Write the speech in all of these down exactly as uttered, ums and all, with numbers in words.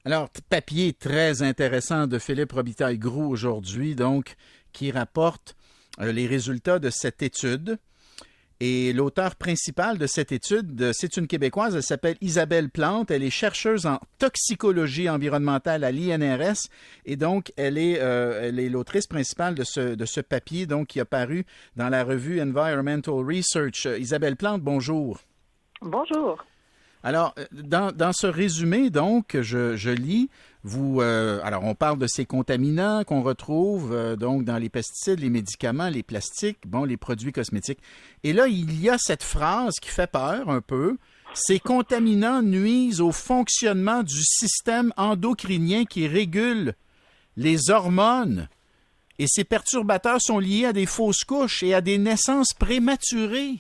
Alors, papier très intéressant de Philippe Robitaille-Groux aujourd'hui, donc, qui rapporte euh, les résultats de cette étude. Et l'auteur principal de cette étude, c'est une Québécoise, elle s'appelle Isabelle Plante, elle est chercheuse en toxicologie environnementale à l'I N R S et donc elle est, euh, elle est l'autrice principale de ce, de ce papier donc, qui a paru dans la revue Environmental Research. Isabelle Plante, bonjour. Bonjour. Alors, dans, dans ce résumé, donc, je, je lis, vous, euh, alors on parle de ces contaminants qu'on retrouve euh, donc dans les pesticides, les médicaments, les plastiques, bon, les produits cosmétiques. Et là, il y a cette phrase qui fait peur un peu. Ces contaminants nuisent au fonctionnement du système endocrinien qui régule les hormones. Et ces perturbateurs sont liés à des fausses couches et à des naissances prématurées.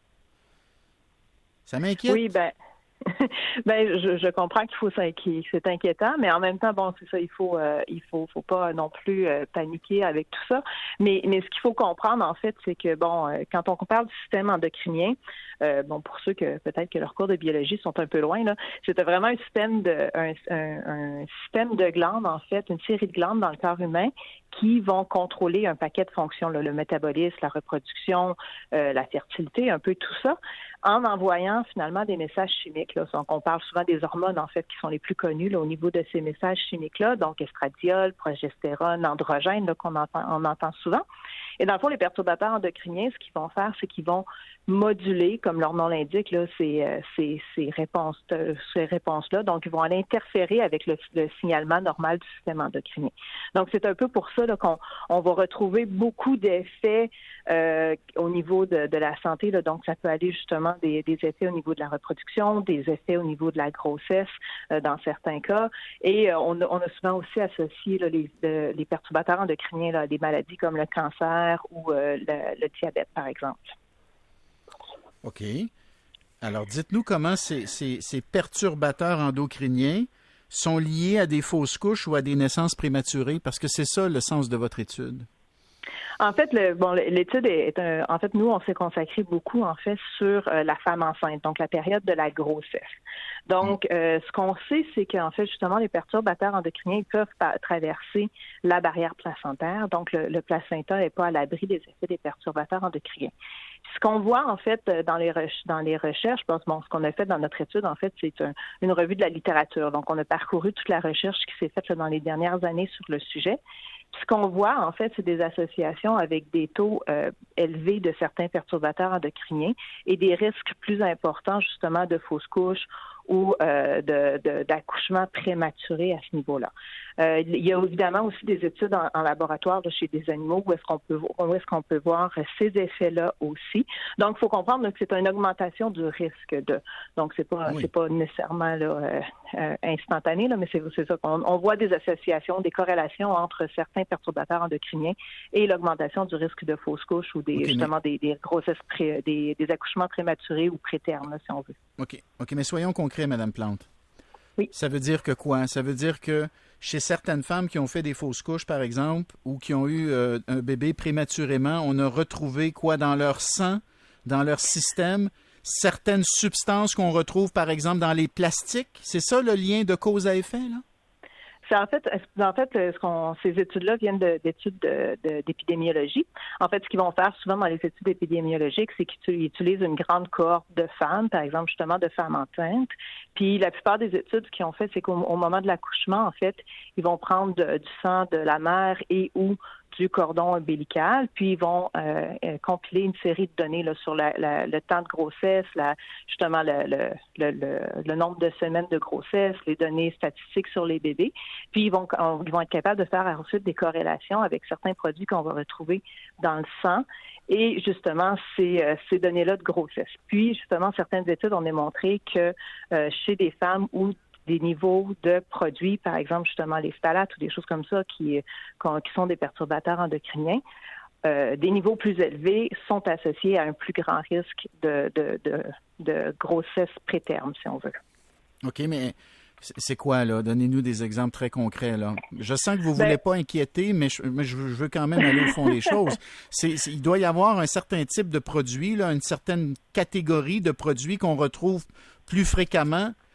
Ça m'inquiète. Oui, ben... ben, je, je comprends qu'il faut ça, qu'il, c'est inquiétant, mais en même temps, bon, c'est ça, il faut, euh, il faut, faut pas non plus euh, paniquer avec tout ça. Mais, mais ce qu'il faut comprendre, en fait, c'est que bon, euh, quand on parle du système endocrinien, euh, bon, pour ceux que peut-être que leurs cours de biologie sont un peu loin, là, c'était vraiment un système de, un, un, un système de glandes, en fait, une série de glandes dans le corps humain qui vont contrôler un paquet de fonctions, là, le métabolisme, la reproduction, euh, la fertilité, un peu tout ça, en envoyant finalement des messages chimiques. Là. Donc, on parle souvent des hormones, en fait, qui sont les plus connues là, au niveau de ces messages chimiques-là, donc estradiol, progestérone, androgène, là, qu'on entend, on entend souvent. Et dans le fond, les perturbateurs endocriniens, ce qu'ils vont faire, c'est qu'ils vont moduler, comme leur nom l'indique, là, ces, ces, ces réponses, ces réponses-là. Donc, ils vont aller interférer avec le, le signalement normal du système endocrinien. Donc, c'est un peu pour ça là, qu'on on va retrouver beaucoup d'effets euh, au niveau de, de la santé. Là. Donc, ça peut aller justement des, des effets au niveau de la reproduction, des effets au niveau de la grossesse euh, dans certains cas. Et euh, on, a, on a souvent aussi associé là, les, de, les perturbateurs endocriniens là, à des maladies comme le cancer ou euh, le, le diabète, par exemple. OK. Alors, dites-nous comment ces, ces, ces perturbateurs endocriniens sont liés à des fausses couches ou à des naissances prématurées, parce que c'est ça le sens de votre étude. En fait, le, bon, l'étude est, est un, en fait, nous, on s'est consacré beaucoup, en fait, sur euh, la femme enceinte, donc la période de la grossesse. Donc, euh, ce qu'on sait, c'est qu'en fait, justement, les perturbateurs endocriniens peuvent pa- traverser la barrière placentaire. Donc, le, le placenta n'est pas à l'abri des effets des perturbateurs endocriniens. Ce qu'on voit, en fait, dans les, re- dans les recherches, je pense, bon, ce qu'on a fait dans notre étude, en fait, c'est un, une revue de la littérature. Donc, on a parcouru toute la recherche qui s'est faite là, dans les dernières années sur le sujet. Ce qu'on voit, en fait, c'est des associations avec des taux euh, élevés de certains perturbateurs endocriniens et des risques plus importants, justement, de fausses couches ou euh, de, de, d'accouchement prématuré à ce niveau-là. Euh, il y a évidemment aussi des études en, en laboratoire là, chez des animaux où est-ce qu'on peut où est-ce qu'on peut voir ces effets-là aussi. Donc, il faut comprendre là, que c'est une augmentation du risque de. Donc, c'est pas oui. c'est pas nécessairement là, euh, euh, instantané, là, mais c'est, c'est ça qu'on on voit des associations, des corrélations entre certains perturbateurs endocriniens et l'augmentation du risque de fausses couches ou des okay, justement mais... des, des grossesses pré, des, des accouchements prématurés ou prétermes, là, si on veut. OK. OK, mais soyons concrets, Madame Plante. Oui. Ça veut dire que quoi? Ça veut dire que chez certaines femmes qui ont fait des fausses couches, par exemple, ou qui ont eu euh, un bébé prématurément, on a retrouvé quoi dans leur sang, dans leur système, certaines substances qu'on retrouve, par exemple, dans les plastiques? C'est ça le lien de cause à effet, là? C'est en fait, en fait, ce qu'on, ces études-là viennent de, d'études de, de, d'épidémiologie. En fait, ce qu'ils vont faire souvent dans les études épidémiologiques, c'est qu'ils utilisent une grande cohorte de femmes, par exemple, justement, de femmes enceintes. Puis, la plupart des études, ce qu'ils ont fait, c'est qu'au au moment de l'accouchement, en fait, ils vont prendre de, du sang de la mère et ou du cordon ombilical, puis ils vont euh, euh, compiler une série de données là, sur la, la, le temps de grossesse, la, justement le, le, le, le, le nombre de semaines de grossesse, les données statistiques sur les bébés. Puis ils vont, on, ils vont être capables de faire ensuite des corrélations avec certains produits qu'on va retrouver dans le sang et justement ces, euh, ces données-là de grossesse. Puis justement, certaines études ont démontré que euh, chez des femmes où des niveaux de produits, par exemple justement les phtalates ou des choses comme ça qui, qui sont des perturbateurs endocriniens, euh, des niveaux plus élevés sont associés à un plus grand risque de, de, de, de grossesse préterme, si on veut. OK, mais c'est quoi, là? Donnez-nous des exemples très concrets, là. Je sens que vous ne voulez ben... pas inquiéter, mais je, mais je veux quand même aller au fond des choses. C'est, c'est, il doit y avoir un certain type de produit, là, une certaine catégorie de produits qu'on retrouve plus fréquemment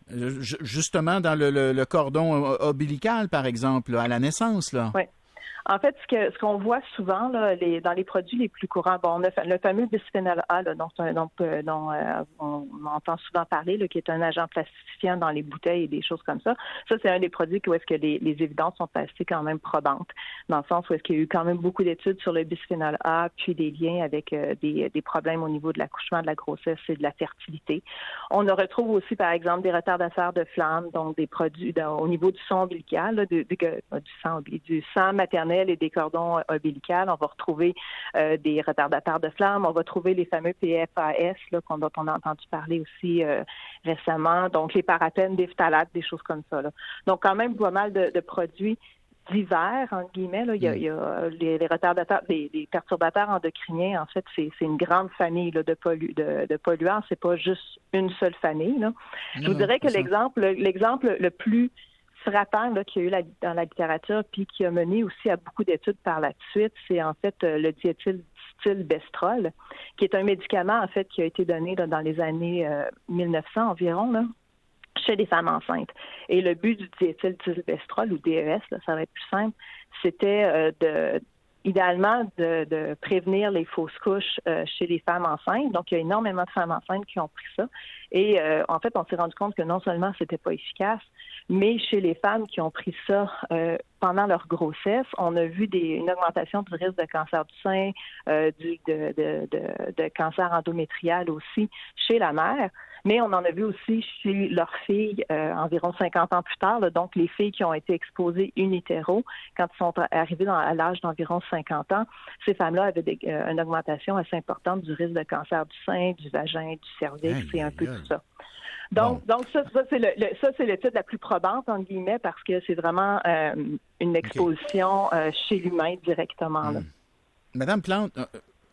Justement, dans le, le, le cordon ombilical, par exemple, là, à la naissance, là. Oui. En fait, ce que ce qu'on voit souvent là, les, dans les produits les plus courants, bon, on a le fameux bisphénol A, là, dont, dont, dont euh, on entend souvent parler, là, qui est un agent plastifiant dans les bouteilles et des choses comme ça. Ça, c'est un des produits où est-ce que les, les évidences sont assez quand même probantes, dans le sens où est-ce qu'il y a eu quand même beaucoup d'études sur le bisphénol A, puis des liens avec euh, des, des problèmes au niveau de l'accouchement, de la grossesse et de la fertilité. On retrouve aussi, par exemple, des retardataires de flamme, donc des produits dans, au niveau du sang ombilical, là, de, de, de, du sang du sang maternel et des cordons ombilicales. On va retrouver euh, des retardateurs de flamme. On va trouver les fameux P F A S là, qu'on, dont on a entendu parler aussi euh, récemment. Donc, les parathènes, des phtalates, des choses comme ça, là. Donc, quand même, pas mal de, de produits divers, entre guillemets. Là. Il, y a, il y a les, les retardateurs, les, les perturbateurs endocriniens, en fait, c'est, c'est une grande famille là, de, pollu, de, de polluants. C'est pas juste une seule famille, là. Je vous dirais que l'exemple, l'exemple le plus frappant là, qu'il y a eu la, dans la littérature, puis qui a mené aussi à beaucoup d'études par la suite, c'est en fait euh, le diéthylstilbestrol, qui est un médicament en fait qui a été donné là, dans les années euh, mille neuf cents environ, là, chez les femmes enceintes. Et le but du diéthylstilbestrol, ou D E S, là, ça va être plus simple, c'était euh, de idéalement de, de prévenir les fausses couches euh, chez les femmes enceintes. Donc, il y a énormément de femmes enceintes qui ont pris ça. Et euh, en fait, on s'est rendu compte que non seulement c'était pas efficace, mais chez les femmes qui ont pris ça euh, pendant leur grossesse, on a vu des, une augmentation du risque de cancer du sein, euh, du, de, de, de, de cancer endométrial aussi chez la mère. Mais on en a vu aussi chez leurs filles euh, environ cinquante ans plus tard, là, donc les filles qui ont été exposées in utero, quand ils sont arrivées dans, à l'âge d'environ cinquante ans, ces femmes-là avaient des, euh, une augmentation assez importante du risque de cancer du sein, du vagin, du cervix, c'est un peu tout ça. Donc, bon. donc ça, ça c'est le, le, ça c'est l'étude la plus probante entre guillemets parce que c'est vraiment euh, une exposition okay. euh, chez l'humain directement. Là. Mmh. Madame Plante, euh,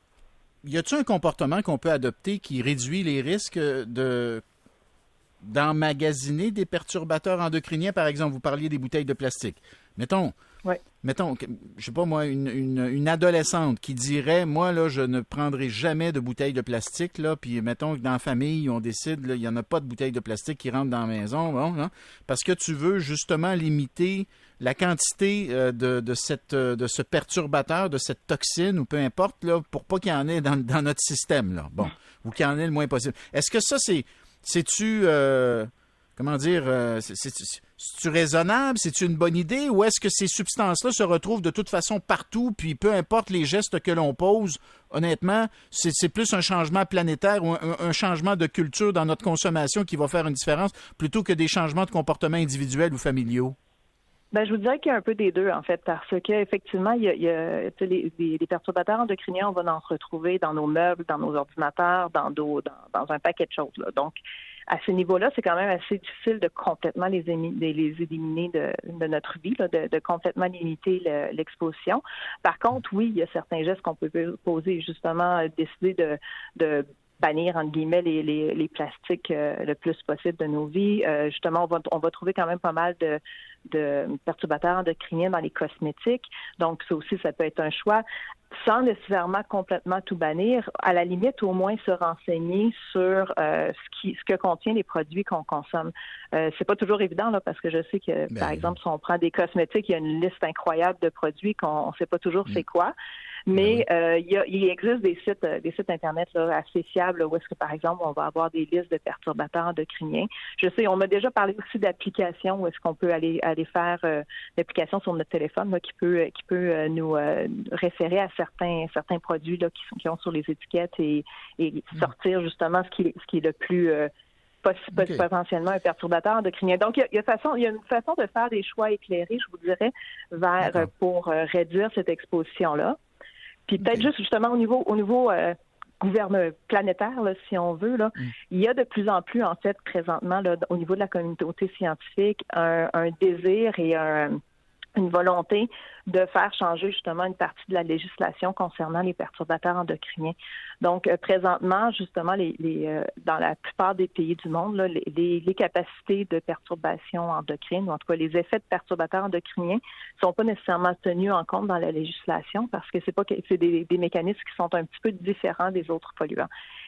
y a-t-il un comportement qu'on peut adopter qui réduit les risques de d'emmagasiner des perturbateurs endocriniens, par exemple, vous parliez des bouteilles de plastique. Mettons, ouais. mettons, je sais pas moi, une, une, une adolescente qui dirait, moi là, je ne prendrai jamais de bouteilles de plastique là, puis mettons que dans la famille, on décide, là, il y en a pas de bouteilles de plastique qui rentrent dans la maison, bon, hein, parce que tu veux justement limiter la quantité euh, de, de cette euh, de ce perturbateur, de cette toxine ou peu importe là, pour pas qu'il y en ait dans, dans notre système là, bon, ou qu'il y en ait le moins possible. Est-ce que ça c'est C'est-tu, euh, comment dire, euh, c'est, c'est, c'est-tu raisonnable? C'est-tu une bonne idée? Ou est-ce que ces substances-là se retrouvent de toute façon partout, puis peu importe les gestes que l'on pose, honnêtement, c'est, c'est plus un changement planétaire ou un, un changement de culture dans notre consommation qui va faire une différence, plutôt que des changements de comportement individuels ou familiaux? Ben, je vous dirais qu'il y a un peu des deux, en fait, parce qu'effectivement, il y a, il y a les, les, les perturbateurs endocriniens, on va en retrouver dans nos meubles, dans nos ordinateurs, dans, dans, dans un paquet de choses, là. Donc, à ce niveau-là, c'est quand même assez difficile de complètement les, émi- de les éliminer de, de notre vie, là, de, de complètement limiter le, l'exposition. Par contre, oui, il y a certains gestes qu'on peut poser, justement, décider de, de bannir, entre guillemets, les, les, les plastiques euh, le plus possible de nos vies. Euh, justement, on va, on va trouver quand même pas mal de, de perturbateurs endocriniens dans les cosmétiques. Donc, ça aussi, ça peut être un choix. Sans nécessairement complètement tout bannir, à la limite, au moins se renseigner sur euh, ce qui, ce que contiennent les produits qu'on consomme. Euh, c'est pas toujours évident, là, parce que je sais que, ben, par exemple, si on prend des cosmétiques, il y a une liste incroyable de produits qu'on ne sait pas toujours c'est quoi. Mais euh, il, y a, il existe des sites, des sites internet là, assez fiables là, où est-ce que, par exemple, on va avoir des listes de perturbateurs endocriniens. Je sais, on m'a déjà parlé aussi d'applications où est-ce qu'on peut aller aller faire euh, l'application sur notre téléphone là, qui peut qui peut euh, nous euh, référer à certains certains produits là qui sont qui ont sur les étiquettes et, et sortir justement ce qui ce qui est le plus euh, Okay. potentiellement un perturbateur endocrinien. Donc, il y, a, il, y a façon, il y a une façon de faire des choix éclairés, je vous dirais, vers D'accord. pour euh, réduire cette exposition-là. Puis peut-être okay. juste justement au niveau au niveau euh, gouverne planétaire, là, si on veut, là, mm. il y a de plus en plus, en fait, présentement, là, au niveau de la communauté scientifique, un, un désir et un une volonté de faire changer justement une partie de la législation concernant les perturbateurs endocriniens. Donc, euh, présentement, justement, les, les, euh, dans la plupart des pays du monde, là, les, les, les capacités de perturbation endocrine, ou en tout cas les effets de perturbateurs endocriniens, ne sont pas nécessairement tenus en compte dans la législation parce que c'est pas que c'est des, des mécanismes qui sont un petit peu différents des autres polluants.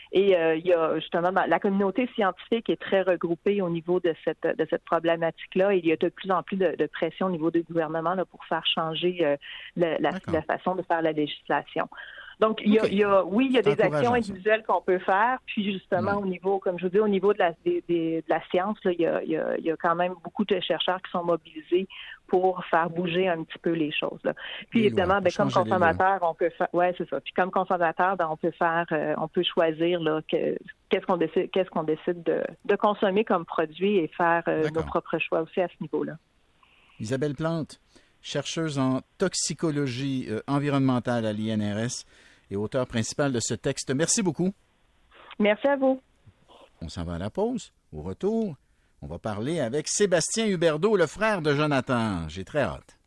Et euh, il y a justement la communauté scientifique est très regroupée au niveau de cette de cette problématique-là. Et il y a de plus en plus de, de pression au niveau du gouvernement là, pour faire changer euh, la, la, la façon de faire la législation. Donc, il y a, okay. il y a, oui, il y a des actions individuelles qu'on peut faire, puis justement, ouais. au niveau, comme je vous dis, au niveau de la, des, des, de la science, là, il y a, il y a, il y a quand même beaucoup de chercheurs qui sont mobilisés pour faire bouger un petit peu les choses. Là. Puis, les évidemment, lois, ben, comme consommateur, on peut faire, ouais, c'est ça. Puis, comme consommateur, ben, on peut faire, euh, on peut choisir là que, qu'est-ce qu'on décide, qu'est-ce qu'on décide de, de consommer comme produit et faire euh, nos propres choix aussi à ce niveau-là. Isabelle Plante, chercheuse en toxicologie euh, environnementale à l'I N R S et auteur principal de ce texte. Merci beaucoup. Merci à vous. On s'en va à la pause. Au retour, on va parler avec Sébastien Huberdeau, le frère de Jonathan. J'ai très hâte.